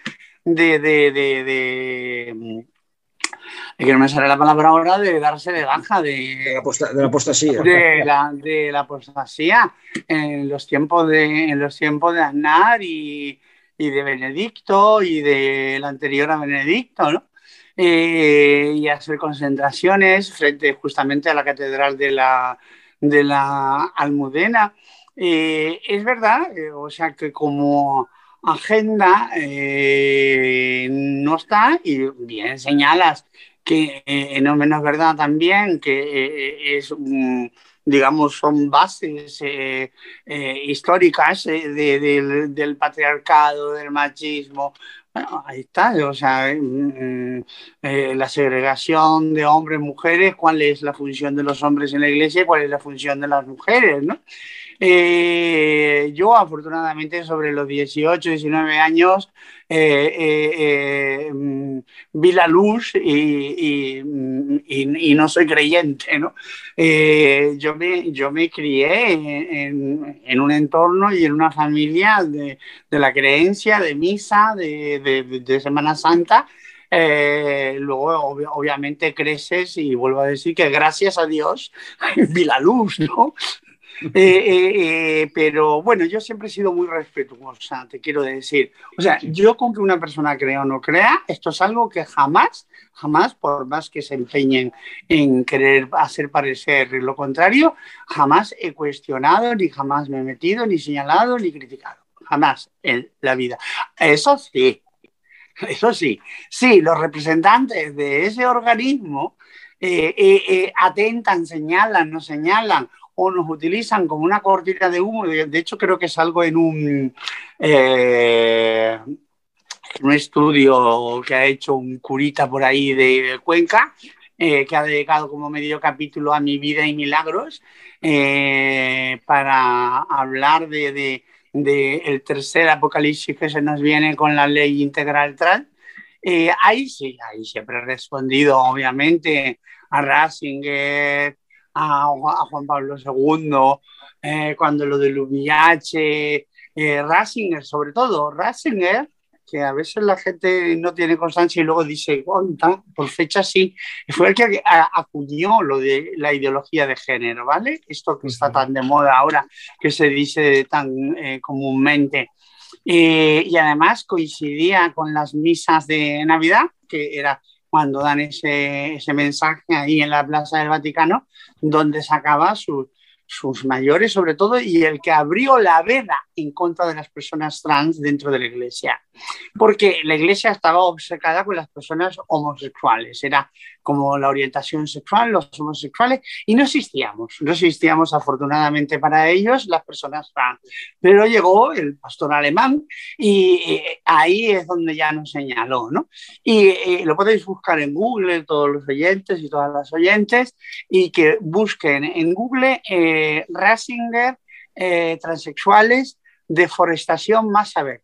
que no me sale la palabra ahora, de darse de baja de la apostasía. De la apostasía en los tiempos de Aznar y de Benedicto y del anterior a Benedicto, ¿no? Y hacer concentraciones frente justamente a la catedral de la Almudena. Es verdad, o sea que como agenda no está, y bien señalas que no menos verdad también que digamos, son bases históricas del patriarcado, del machismo. Bueno, ahí está, o sea, la segregación de hombres, mujeres, cuál es la función de los hombres en la iglesia y cuál es la función de las mujeres, ¿no? Yo, afortunadamente, sobre los 18, 19 años, vi la luz y no soy creyente, ¿no? Yo me crié en un entorno y en una familia de la creencia, de misa, de Semana Santa. Luego, obviamente, creces y vuelvo a decir que gracias a Dios vi la luz, ¿no? Pero bueno, yo siempre he sido muy respetuosa, te quiero decir. O sea, yo con que una persona crea o no crea, esto es algo que jamás, por más que se empeñen en querer hacer parecer lo contrario, jamás he cuestionado, ni jamás me he metido, ni señalado, ni criticado. Jamás en la vida. Eso sí, los representantes de ese organismo atentan, señalan, no señalan, o nos utilizan como una cortina de humo. De hecho, creo que es algo en un estudio que ha hecho un curita por ahí de Cuenca, que ha dedicado como medio capítulo a mi vida y milagros, para hablar de el tercer apocalipsis que se nos viene con la ley integral trans. Ahí siempre he respondido, obviamente, a Ratzinger, a Juan Pablo II, cuando lo del VIH, Ratzinger, sobre todo, Ratzinger, que a veces la gente no tiene constancia y luego dice, por fecha sí, fue el que acuñó lo de la ideología de género, ¿vale? Esto que está tan de moda ahora, que se dice tan comúnmente. Y además coincidía con las misas de Navidad, que era cuando dan ese mensaje ahí en la Plaza del Vaticano, donde sacaba sus mayores, sobre todo, y el que abrió la veda en contra de las personas trans dentro de la Iglesia. Porque la Iglesia estaba obcecada con las personas homosexuales, era como la orientación sexual, los homosexuales, y no existíamos afortunadamente para ellos las personas trans. Pero llegó el pastor alemán y ahí es donde ya nos señaló, ¿no? Y lo podéis buscar en Google, todos los oyentes y todas las oyentes, y que busquen en Google Ratzinger, transexuales, deforestación masa verde.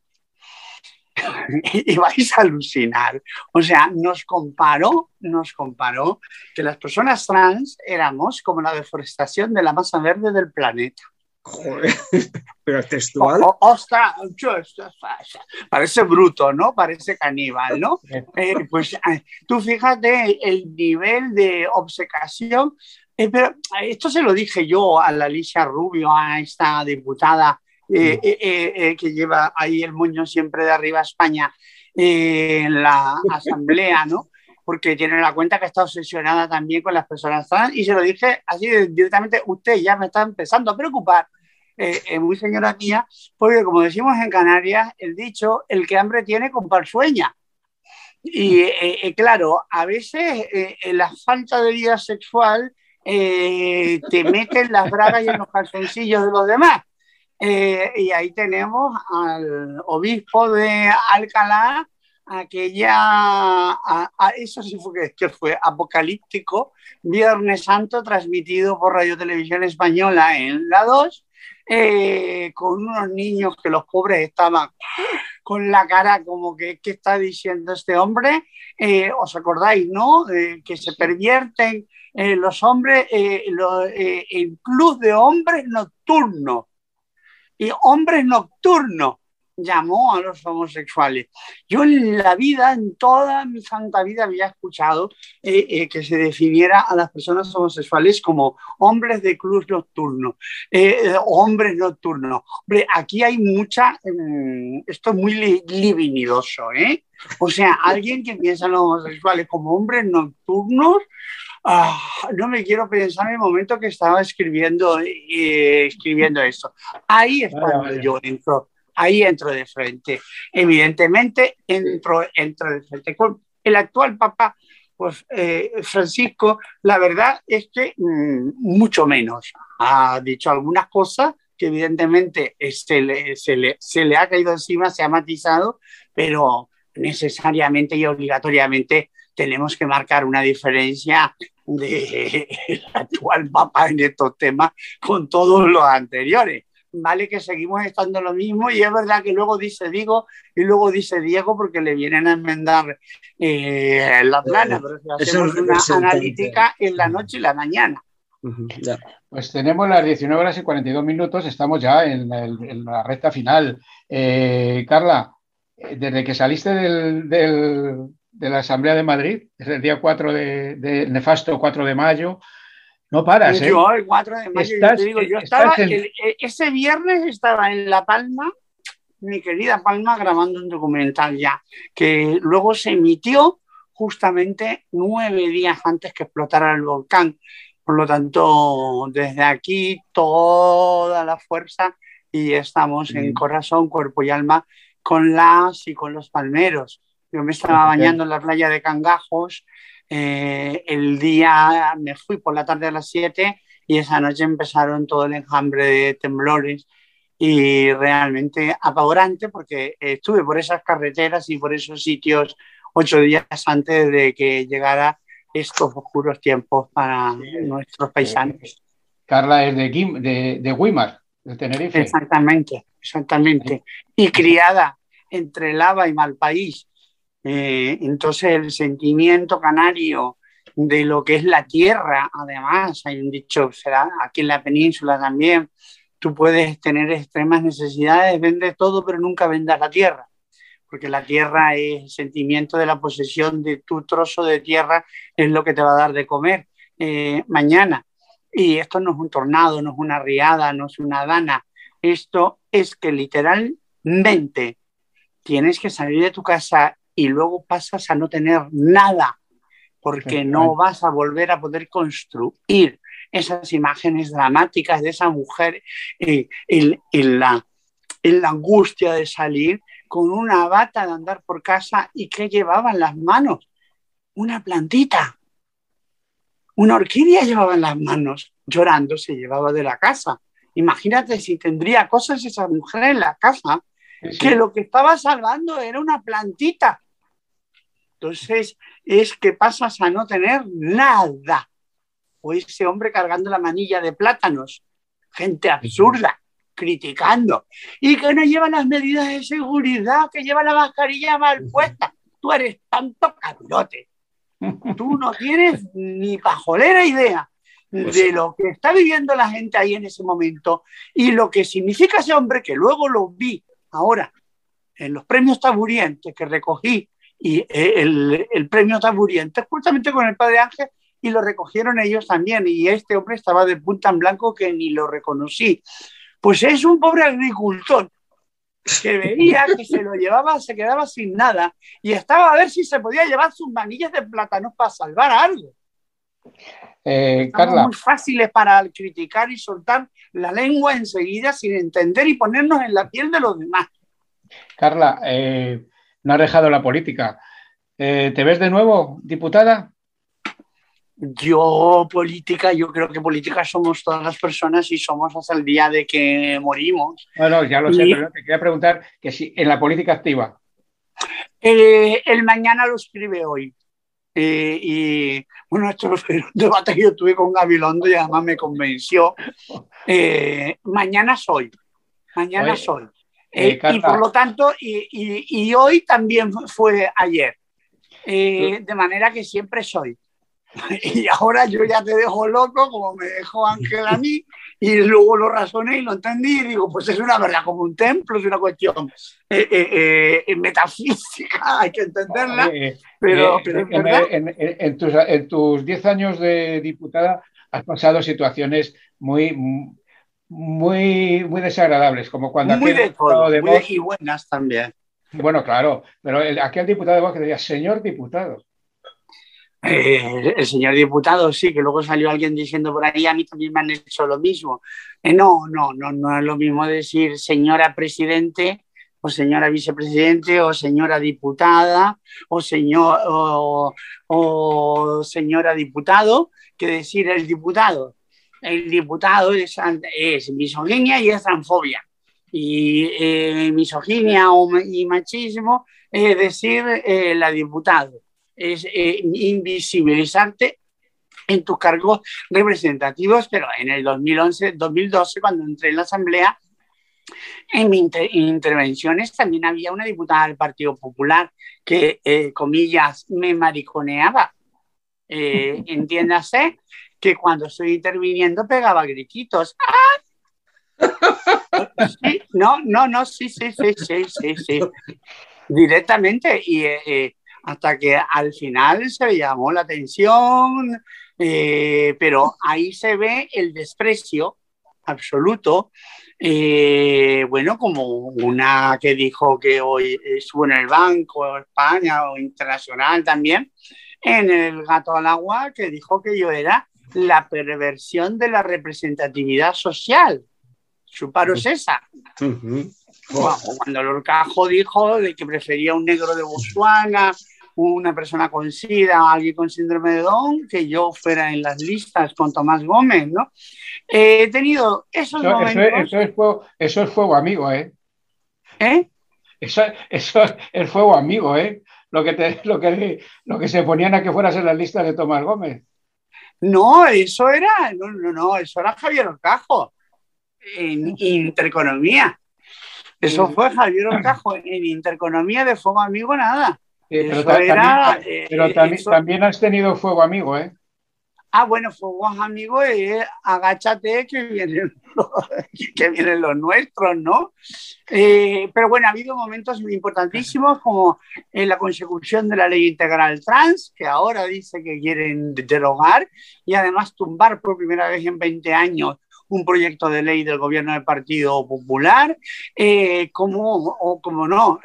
Y vais a alucinar. O sea, nos comparó que las personas trans éramos como la deforestación de la masa verde del planeta. Joder, pero textual. Ostras, parece bruto, ¿no? Parece caníbal, ¿no? Pues tú fíjate el nivel de obcecación. Pero esto se lo dije yo a la Alicia Rubio, a esta diputada que lleva ahí el moño siempre de arriba a España en la asamblea, ¿no? Porque tiene la cuenta que está obsesionada también con las personas trans, y se lo dije así directamente: usted ya me está empezando a preocupar, muy señora mía, porque como decimos en Canarias, el dicho, el que hambre tiene con pan sueña. Y claro, a veces la falta de vida sexual te meten las bragas y en los calzoncillos de los demás. Y ahí tenemos al obispo de Alcalá, eso sí que fue apocalíptico, Viernes Santo, transmitido por Radio Televisión Española en la 2, con unos niños que los pobres estaban con la cara como que ¿qué está diciendo este hombre? ¿Os acordáis, no? Que se pervierten los hombres, el club de hombres nocturnos. Y hombres nocturnos llamó a los homosexuales. Yo en la vida, en toda mi santa vida, había escuchado que se definiera a las personas homosexuales como hombres de club nocturno, hombres nocturnos. Hombre, aquí hay mucha, esto es muy libidinoso, ¿eh? O sea, alguien que piensa en los homosexuales como hombres nocturnos, no me quiero pensar en el momento que estaba escribiendo esto. Ahí es cuando yo entro. Ahí entro de frente. Evidentemente, entro de frente. Con el actual Papa, pues Francisco, la verdad es que mucho menos. Ha dicho algunas cosas que evidentemente se le ha caído encima, se ha matizado, pero necesariamente y obligatoriamente tenemos que marcar una diferencia del actual Papa en estos temas con todos los anteriores. Vale que seguimos estando lo mismo y es verdad que luego dice Diego y luego dice Diego porque le vienen a enmendar la plana, pero si hacemos una analítica en la noche y la mañana. Ya. Pues tenemos las 19 horas y 42 minutos, estamos ya en la recta final. Carla, desde que saliste de la Asamblea de Madrid, desde el día 4 de nefasto 4 de mayo, no paras, ¿eh? Yo el 4 de mayo, yo te digo, yo estaba, ese viernes estaba en La Palma, mi querida Palma, grabando un documental ya, que luego se emitió justamente 9 días antes que explotara el volcán. Por lo tanto, desde aquí toda la fuerza y estamos en corazón, cuerpo y alma con las y con los palmeros. Yo me estaba bañando en la playa de Cangajos. El día me fui por la tarde a las 7 y esa noche empezaron todo el enjambre de temblores y realmente apavorante porque estuve por esas carreteras y por esos sitios 8 días antes de que llegara estos oscuros tiempos para nuestros paisanos. Carla es de Güímar, de Tenerife. Exactamente. Y criada entre Lava y Malpaís. Entonces el sentimiento canario de lo que es la tierra, además hay un dicho, será aquí en la península también, tú puedes tener extremas necesidades, vendes todo pero nunca vendas la tierra, porque la tierra es el sentimiento de la posesión de tu trozo de tierra, es lo que te va a dar de comer mañana. Y esto no es un tornado, no es una riada, no es una dana, esto es que literalmente tienes que salir de tu casa y luego pasas a no tener nada, porque no vas a volver a poder construir esas imágenes dramáticas de esa mujer en la angustia de salir con una bata de andar por casa y que llevaba en las manos una plantita, una orquídea llevaba en las manos, llorando se llevaba de la casa. Imagínate si tendría cosas esa mujer en la casa, que lo que estaba salvando era una plantita. Entonces es que pasas a no tener nada. O ese hombre cargando la manilla de plátanos, gente absurda, criticando, y que no lleva las medidas de seguridad, que lleva la mascarilla mal puesta. Tú eres tanto cabrote. Tú no tienes ni pajolera idea de lo que está viviendo la gente ahí en ese momento y lo que significa ese hombre, que luego lo vi ahora en los premios Taburientes que recogí, y el premio Taburientes justamente con el Padre Ángel, y lo recogieron ellos también, y este hombre estaba de punta en blanco que ni lo reconocí. Pues es un pobre agricultor que veía que se lo llevaba, se quedaba sin nada y estaba a ver si se podía llevar sus manillas de plátanos para salvar algo. Carla, muy fáciles para criticar y soltar la lengua enseguida sin entender y ponernos en la piel de los demás. Carla, no has dejado la política. ¿Te ves de nuevo diputada? Yo creo que política somos todas las personas y somos hasta el día de que morimos. Bueno, ya lo sé, pero te quería preguntar que si en la política activa. El mañana lo escribe hoy. Y bueno, esto fue un debate que yo tuve con Gabilondo y además me convenció. Mañana soy. Y por lo tanto, y hoy también fue ayer. De manera que siempre soy. Y ahora yo ya te dejo loco, como me dejó Ángel a mí, y luego lo razoné y lo entendí y digo, pues es una verdad como un templo, es una cuestión metafísica, hay que entenderla, pero es verdad. En tus 10 años de diputada has pasado situaciones muy desagradables, como cuando muy aquel de todo, de Vox, y buenas también. Bueno, claro, pero aquel diputado de Vox que decía, señor diputado. El señor diputado, sí, que luego salió alguien diciendo por ahí, a mí también me han hecho lo mismo. No es lo mismo decir señora presidente o señora vicepresidente o señora diputada o señora diputado que decir el diputado. El diputado es misoginia y es transfobia. Y misoginia y machismo es decir la diputado. Es invisibilizarte en tus cargos representativos, pero en el 2012, cuando entré en la Asamblea, en mis intervenciones también había una diputada del Partido Popular que, comillas, me mariconeaba. Entiéndase que cuando estoy interviniendo pegaba grititos. ¡Ah! Sí, sí. Directamente. Y hasta que al final se le llamó la atención, pero ahí se ve el desprecio absoluto, bueno, como una que dijo que hoy estuvo en el Banco España o Internacional también, en el Gato al Agua, que dijo que yo era la perversión de la representatividad social. Chuparos esa. Cuando Lorcajo dijo de que prefería un negro de Botswana, una persona con SIDA, alguien con síndrome de Down, que yo fuera en las listas con Tomás Gómez, ¿no? He tenido esos momentos. Eso es fuego amigo, ¿eh? ¿Eh? Eso es fuego amigo, ¿eh? Lo que se ponían a que fueras en las listas de Tomás Gómez. No, eso era Javier Lorcajo en Intereconomía. Eso fue Javier Orcajo en Intereconomía, de fuego amigo, nada. También has tenido fuego amigo, ¿eh? Bueno, fuego amigo, agáchate que vienen los nuestros, ¿no? Pero bueno, ha habido momentos muy importantísimos como en la consecución de la ley integral trans, que ahora dice que quieren derogar y además tumbar por primera vez en 20 años un proyecto de ley del gobierno del Partido Popular, como no,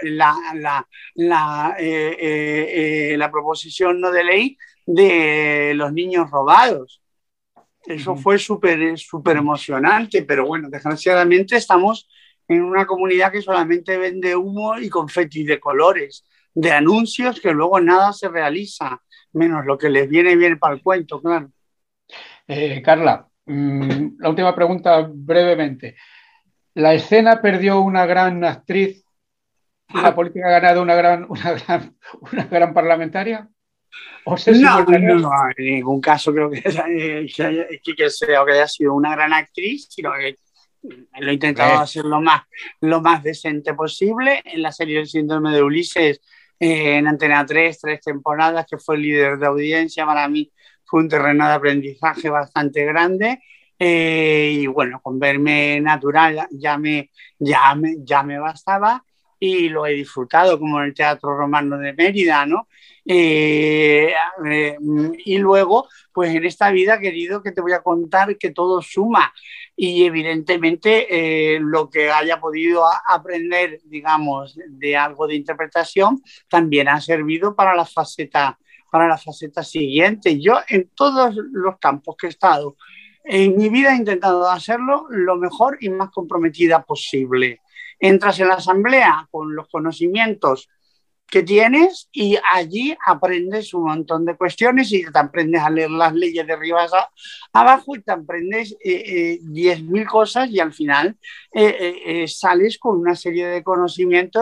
la proposición no de ley de los niños robados. Eso fue súper emocionante, pero bueno, desgraciadamente estamos en una comunidad que solamente vende humo y confeti de colores, de anuncios que luego nada se realiza, menos lo que les viene para el cuento, claro. Carla, la última pregunta brevemente. ¿La escena perdió una gran actriz y la política ha ganado una gran parlamentaria? No, en ningún caso creo que haya sido una gran actriz, sino que lo he intentado hacer lo más decente posible. En la serie El síndrome de Ulises, en Antena 3 temporadas, que fue el líder de audiencia, para mí fue un terreno de aprendizaje bastante grande. Y bueno, con verme natural ya me bastaba y lo he disfrutado, como en el Teatro Romano de Mérida, ¿no? Y luego, pues en esta vida, querido, que te voy a contar que todo suma y evidentemente lo que haya podido aprender, digamos, de algo de interpretación también ha servido para la faceta siguiente. Yo en todos los campos que he estado en mi vida he intentado hacerlo lo mejor y más comprometida posible. Entras en la asamblea con los conocimientos que tienes y allí aprendes un montón de cuestiones y te aprendes a leer las leyes de arriba abajo y te aprendes 10.000 cosas y al final sales con una serie de conocimientos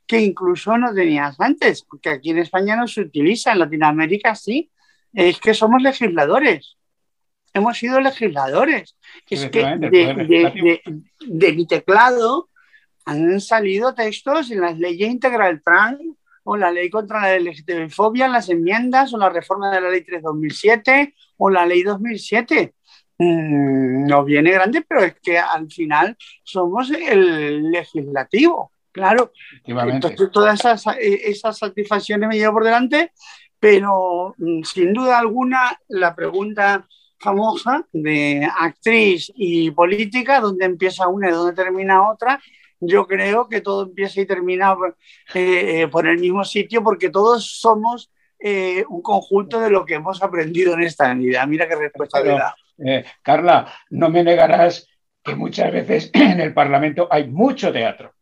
que incluso no tenías antes, porque aquí en España no se utiliza, en Latinoamérica sí, es que somos legisladores. Hemos sido legisladores. Es que de mi teclado han salido textos en las leyes integral trans o la ley contra la LGTB-fobia, las enmiendas o la reforma de la ley 3/2007 o la ley 2007. No viene grande, pero es que al final somos el legislativo, claro. Entonces todas esas satisfacciones me llevo por delante, pero sin duda alguna la pregunta famosa de actriz y política, ¿dónde empieza una y dónde termina otra? Yo creo que todo empieza y termina por el mismo sitio, porque todos somos un conjunto de lo que hemos aprendido en esta vida. Mira qué respuesta le da. Carla, no me negarás que muchas veces en el Parlamento hay mucho teatro.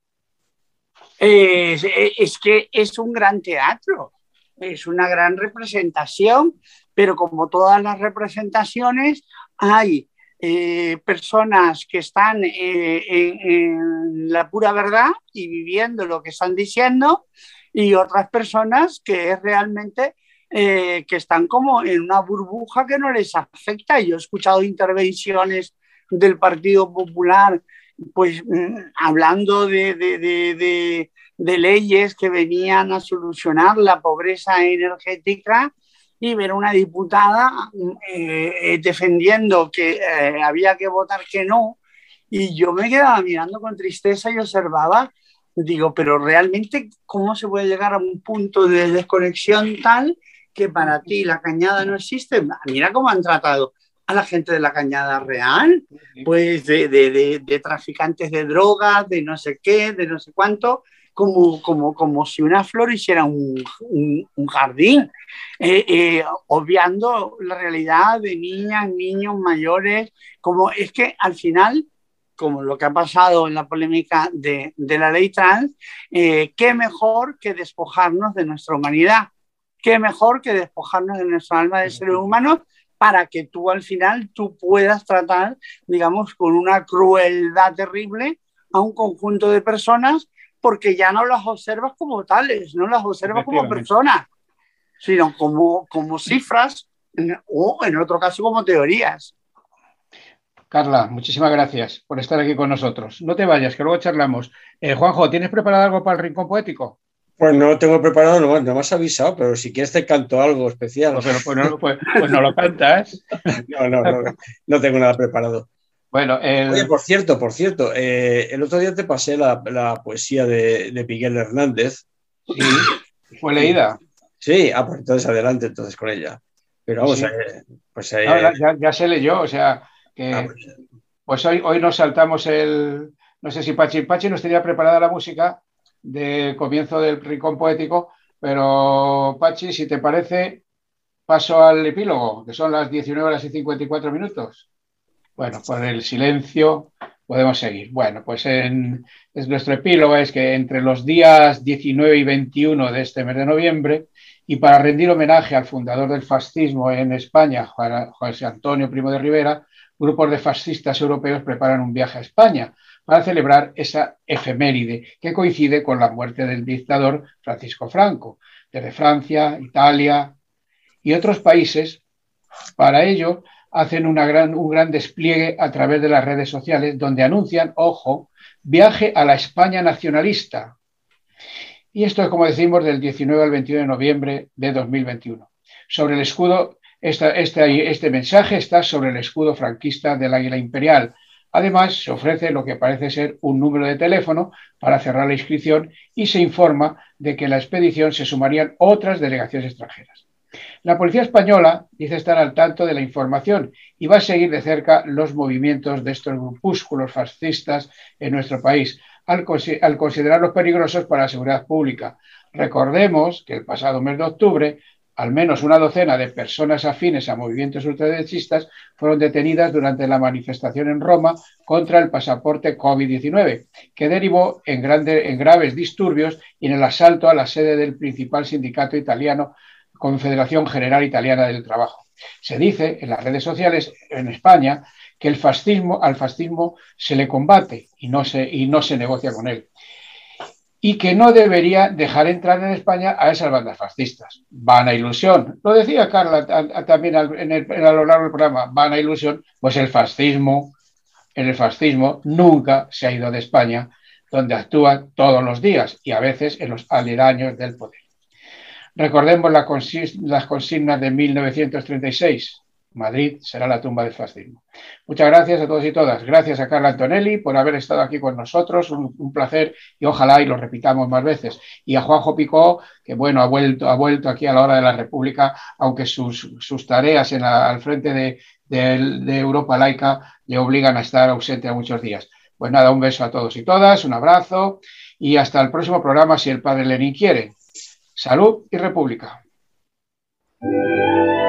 Es que es un gran teatro, es una gran representación, pero como todas las representaciones hay personas que están en la pura verdad y viviendo lo que están diciendo, y otras personas que es realmente que están como en una burbuja que no les afecta. Yo he escuchado intervenciones del Partido Popular pues hablando de leyes que venían a solucionar la pobreza energética, y ver una diputada defendiendo que había que votar que no, y yo me quedaba mirando con tristeza y observaba, digo, pero realmente ¿cómo se puede llegar a un punto de desconexión tal que para ti la Cañada no existe? Mira cómo han tratado a la gente de la Cañada Real, pues de traficantes de drogas, de no sé qué, de no sé cuánto, como si una flor hiciera un jardín, obviando la realidad de niñas, niños, mayores, como es que al final, como lo que ha pasado en la polémica de la ley trans, qué mejor que despojarnos de nuestra humanidad, qué mejor que despojarnos de nuestra alma de seres humanos, para que tú al final tú puedas tratar, digamos, con una crueldad terrible a un conjunto de personas, porque ya no las observas como tales, no las observas como personas, sino como cifras o en otro caso como teorías. Carla, muchísimas gracias por estar aquí con nosotros. No te vayas, que luego charlamos. Juanjo, ¿tienes preparado algo para el Rincón Poético? Pues no lo tengo preparado, no me has avisado, pero si quieres te canto algo especial. Pues no lo cantas. No tengo nada preparado. Bueno, Oye, por cierto, el otro día te pasé la poesía de Miguel Hernández. Sí, fue leída. Sí, pues entonces adelante con ella. Pero vamos, sí. Ya se leyó, o sea, que pues hoy nos saltamos no sé si Pachi nos tenía preparada la música de comienzo del Rincón Poético, pero Pachi, si te parece, paso al epílogo, que son las 19:54. Bueno, por el silencio podemos seguir. Bueno, pues nuestro epílogo es que entre los días 19 y 21 de este mes de noviembre, y para rendir homenaje al fundador del fascismo en España, José Antonio Primo de Rivera, grupos de fascistas europeos preparan un viaje a España para celebrar esa efeméride que coincide con la muerte del dictador Francisco Franco. Desde Francia, Italia y otros países, para ello, hacen un gran despliegue a través de las redes sociales, donde anuncian, ojo, viaje a la España nacionalista. Y esto es, como decimos, del 19 al 21 de noviembre de 2021. Sobre el escudo, este mensaje está sobre el escudo franquista del águila imperial. Además, se ofrece lo que parece ser un número de teléfono para cerrar la inscripción, y se informa de que en la expedición se sumarían otras delegaciones extranjeras. La policía española dice estar al tanto de la información y va a seguir de cerca los movimientos de estos grupúsculos fascistas en nuestro país, al considerarlos peligrosos para la seguridad pública. Recordemos que el pasado mes de octubre, al menos una docena de personas afines a movimientos ultraderechistas fueron detenidas durante la manifestación en Roma contra el pasaporte COVID-19, que derivó en graves disturbios y en el asalto a la sede del principal sindicato italiano, Confederación General Italiana del Trabajo. Se dice en las redes sociales en España que al fascismo se le combate y no se negocia con él. y que no debería dejar entrar en España a esas bandas fascistas. Vana ilusión. Lo decía Carla también a lo largo del programa. Vana ilusión, pues el fascismo nunca se ha ido de España, donde actúa todos los días y a veces en los aledaños del poder. Recordemos las consignas de 1936. Madrid será la tumba del fascismo. Muchas gracias a todos y todas. Gracias a Carla Antonelli por haber estado aquí con nosotros. Un placer y ojalá y lo repitamos más veces. Y a Juanjo Picó, que bueno, ha vuelto aquí a la hora de la República, aunque sus tareas al frente de Europa Laica le obligan a estar ausente a muchos días. Pues nada, un beso a todos y todas, un abrazo y hasta el próximo programa si el padre Lenin quiere. Salud y República.